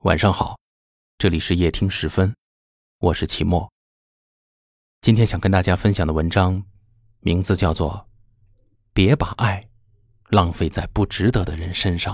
晚上好，这里是夜听10分，我是齐墨。今天想跟大家分享的文章名字叫做别把爱浪费在不值得的人身上。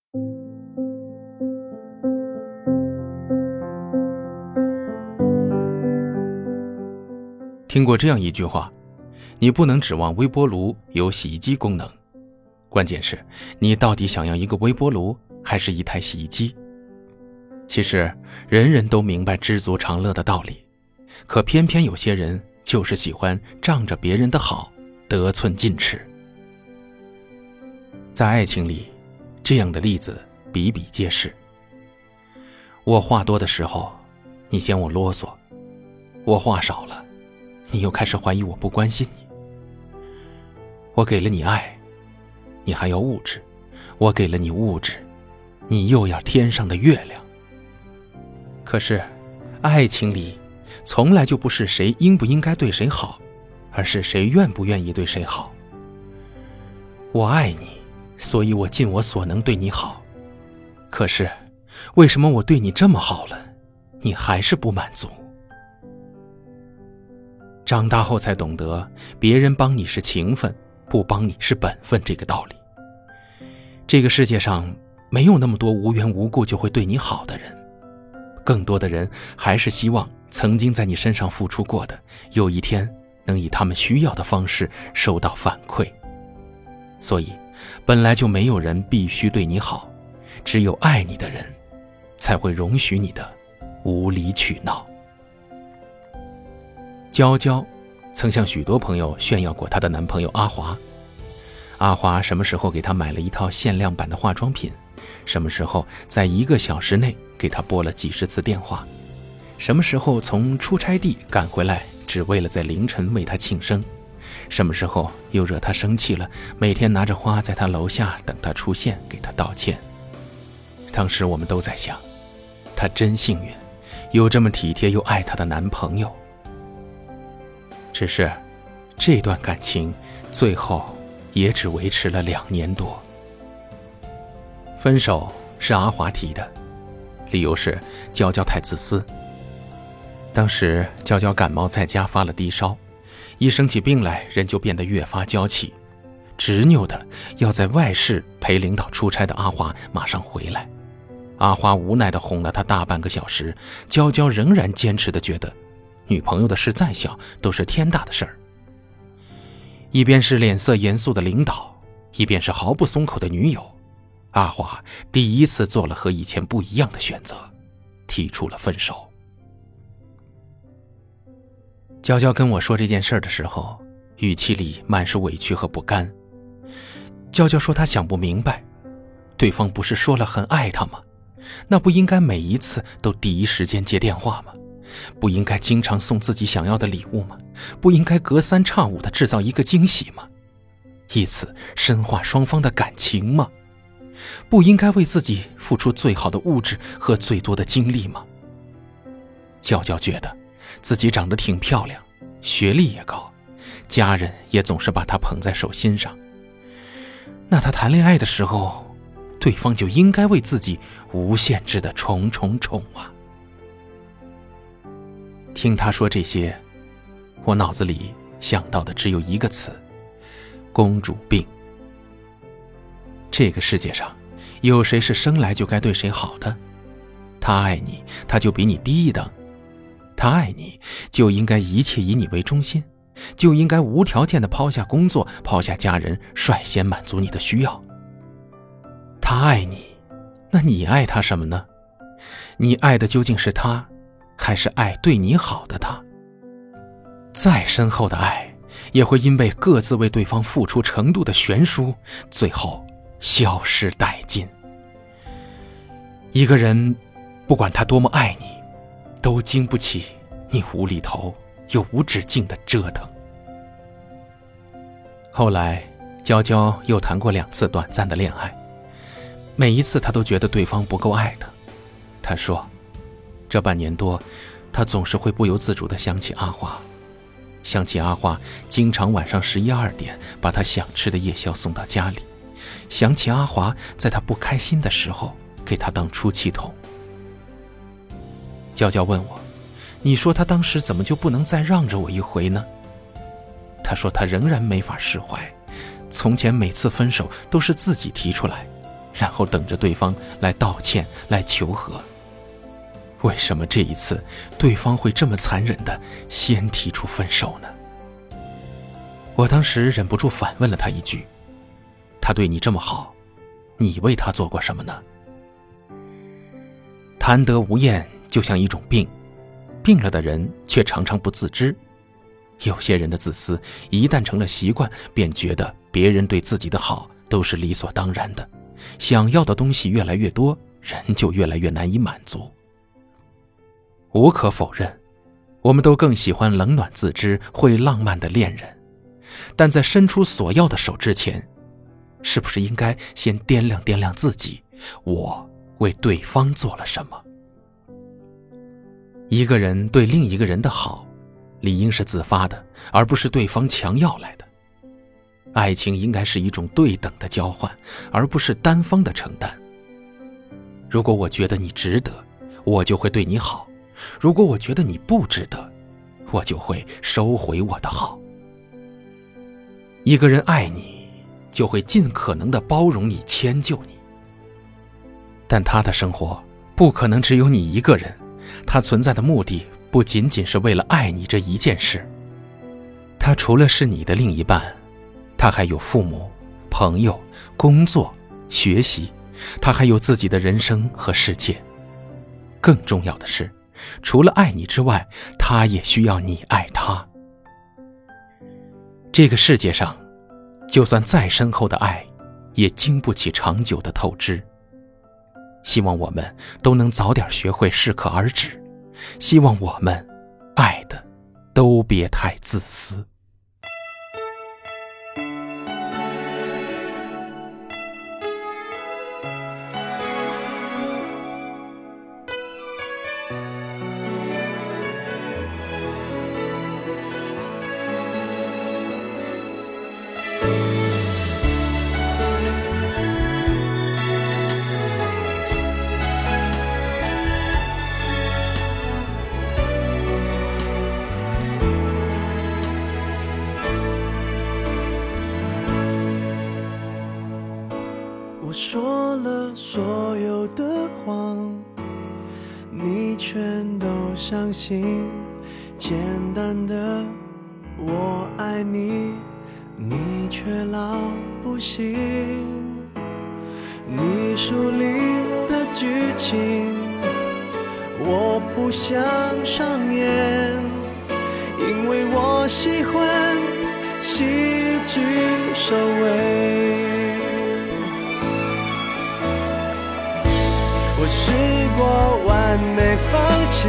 听过这样一句话，你不能指望微波炉有洗衣机功能，关键是你到底想要一个微波炉还是一台洗衣机。其实人人都明白知足常乐的道理，可偏偏有些人就是喜欢仗着别人的好得寸进尺。在爱情里，这样的例子比比皆是。我话多的时候，你嫌我啰嗦；我话少了，你又开始怀疑我不关心你。我给了你爱，你还要物质；我给了你物质，你又要天上的月亮。可是爱情里从来就不是谁应不应该对谁好，而是谁愿不愿意对谁好。我爱你，所以我尽我所能对你好，可是为什么我对你这么好了，你还是不满足？长大后才懂得，别人帮你是情分，不帮你是本分这个道理。这个世界上没有那么多无缘无故就会对你好的人，更多的人还是希望曾经在你身上付出过的，有一天能以他们需要的方式收到反馈。所以本来就没有人必须对你好，只有爱你的人才会容许你的无理取闹。娇娇曾向许多朋友炫耀过她的男朋友阿华。阿华什么时候给她买了一套限量版的化妆品，什么时候在1个小时内给她拨了几十次电话，什么时候从出差地赶回来只为了在凌晨为她庆生，什么时候又惹她生气了，每天拿着花在她楼下等她出现给她道歉。当时我们都在想，她真幸运，有这么体贴又爱她的男朋友。只是这段感情最后也只维持了2年多。分手是阿华提的，理由是娇娇太自私。当时娇娇感冒在家发了低烧，一生起病来人就变得越发娇气，执拗的要在外市陪领导出差的阿华马上回来。阿华无奈地哄了他大半个小时，娇娇仍然坚持地觉得女朋友的事再小都是天大的事儿。一边是脸色严肃的领导，一边是毫不松口的女友，阿华第一次做了和以前不一样的选择，提出了分手。娇娇跟我说这件事的时候，语气里满是委屈和不甘。娇娇说她想不明白，对方不是说了很爱她吗？那不应该每一次都第一时间接电话吗？不应该经常送自己想要的礼物吗？不应该隔3差5地制造一个惊喜吗？以此深化双方的感情吗？不应该为自己付出最好的物质和最多的精力吗？娇娇觉得自己长得挺漂亮，学历也高，家人也总是把她捧在手心上。那她谈恋爱的时候，对方就应该为自己无限制的宠啊。听她说这些，我脑子里想到的只有一个词：公主病。这个世界上有谁是生来就该对谁好的？他爱你，他就比你低一等；他爱你，就应该一切以你为中心，就应该无条件地抛下工作，抛下家人，率先满足你的需要。他爱你，那你爱他什么呢？你爱的究竟是他，还是爱对你好的他？再深厚的爱，也会因为各自为对方付出程度的悬殊，最后消失殆尽。一个人不管他多么爱你，都经不起你无厘头又无止境的折腾。后来娇娇又谈过2次短暂的恋爱，每一次她都觉得对方不够爱她。她说这半年多，她总是会不由自主地想起阿华，想起阿华经常晚上11、12点把她想吃的夜宵送到家里，想起阿华在她不开心的时候给她当出气筒， 娇娇问我，你说他当时怎么就不能再让着我一回呢？他说他仍然没法释怀，从前每次分手都是自己提出来，然后等着对方来道歉来求和。为什么这一次对方会这么残忍地先提出分手呢？我当时忍不住反问了他一句，他对你这么好，你为他做过什么呢？贪得无厌就像一种病，病了的人却常常不自知。有些人的自私一旦成了习惯，便觉得别人对自己的好都是理所当然的，想要的东西越来越多，人就越来越难以满足。无可否认，我们都更喜欢冷暖自知、会浪漫的恋人，但在伸出索要的手之前，是不是应该先掂量掂量自己，我为对方做了什么？一个人对另一个人的好，理应是自发的，而不是对方强要来的。爱情应该是一种对等的交换，而不是单方的承担。如果我觉得你值得，我就会对你好；如果我觉得你不值得，我就会收回我的好。一个人爱你，就会尽可能地包容你、迁就你。但他的生活不可能只有你一个人，他存在的目的不仅仅是为了爱你这一件事。他除了是你的另一半，他还有父母、朋友、工作、学习，他还有自己的人生和世界。更重要的是，除了爱你之外，他也需要你爱他。这个世界上，就算再深厚的爱，也经不起长久的透支。希望我们都能早点学会适可而止，希望我们爱的都别太自私。 我说了所有的谎，你全都相信。简单的我爱你，你却老不信。你书里的剧情，我不想上演，因为我喜欢戏剧收尾。我试过完美放弃，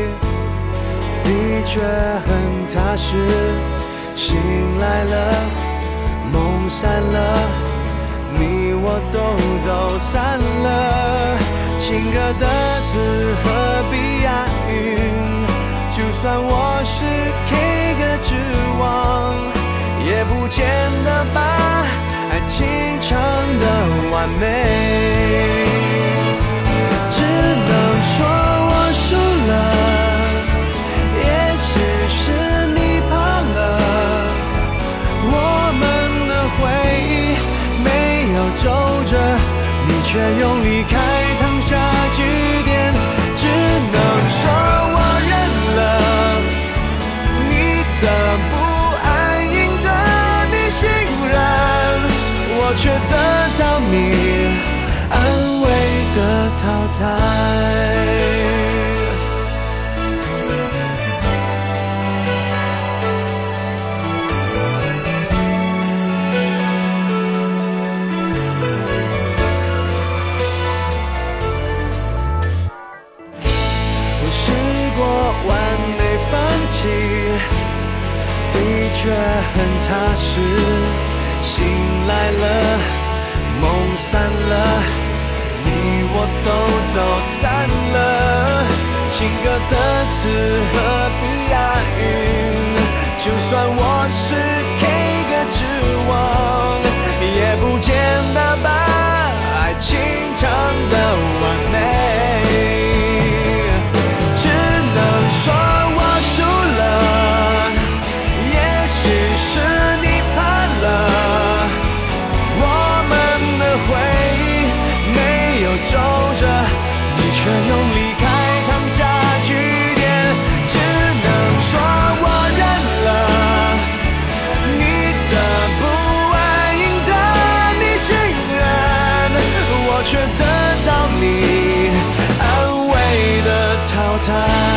的确很踏实。醒来了，梦散了，你我都走散了。情歌的字何必押韵？就算我是 K 歌之王，也不见得把爱情唱得完美。只能说我输了，也许是你怕了，我们的回忆没有皱褶，你却用离开烫下句点。只能说我认了，你的不安赢得你信任，我却得到你安慰的淘汰。我试过完美放弃，的确很踏实。醒来了，梦散了，你我都走散了。情歌的词何必押韵？就算我是 K 歌之王，也不见得把爱情唱得完美。只用离开烫下句点，只能说我认了你的不安赢得你信任，我却得到你安慰的淘汰。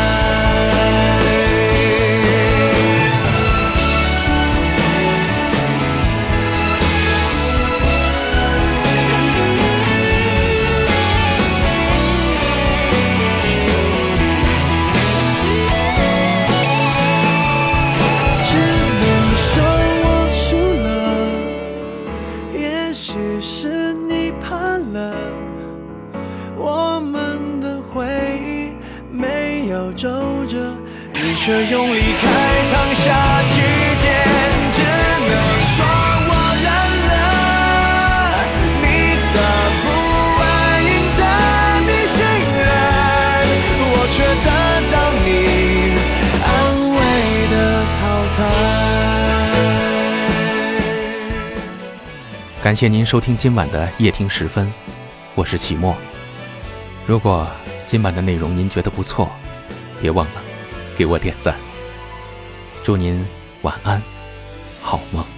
皱着，你却用离开烫下句点，只能说我认了你的不安赢得你信任，我却得到你安慰的淘汰。 感谢您收听今晚的夜听时分，我是齐墨。如果今晚的内容您觉得不错，别忘了给我点赞。祝您晚安，好梦。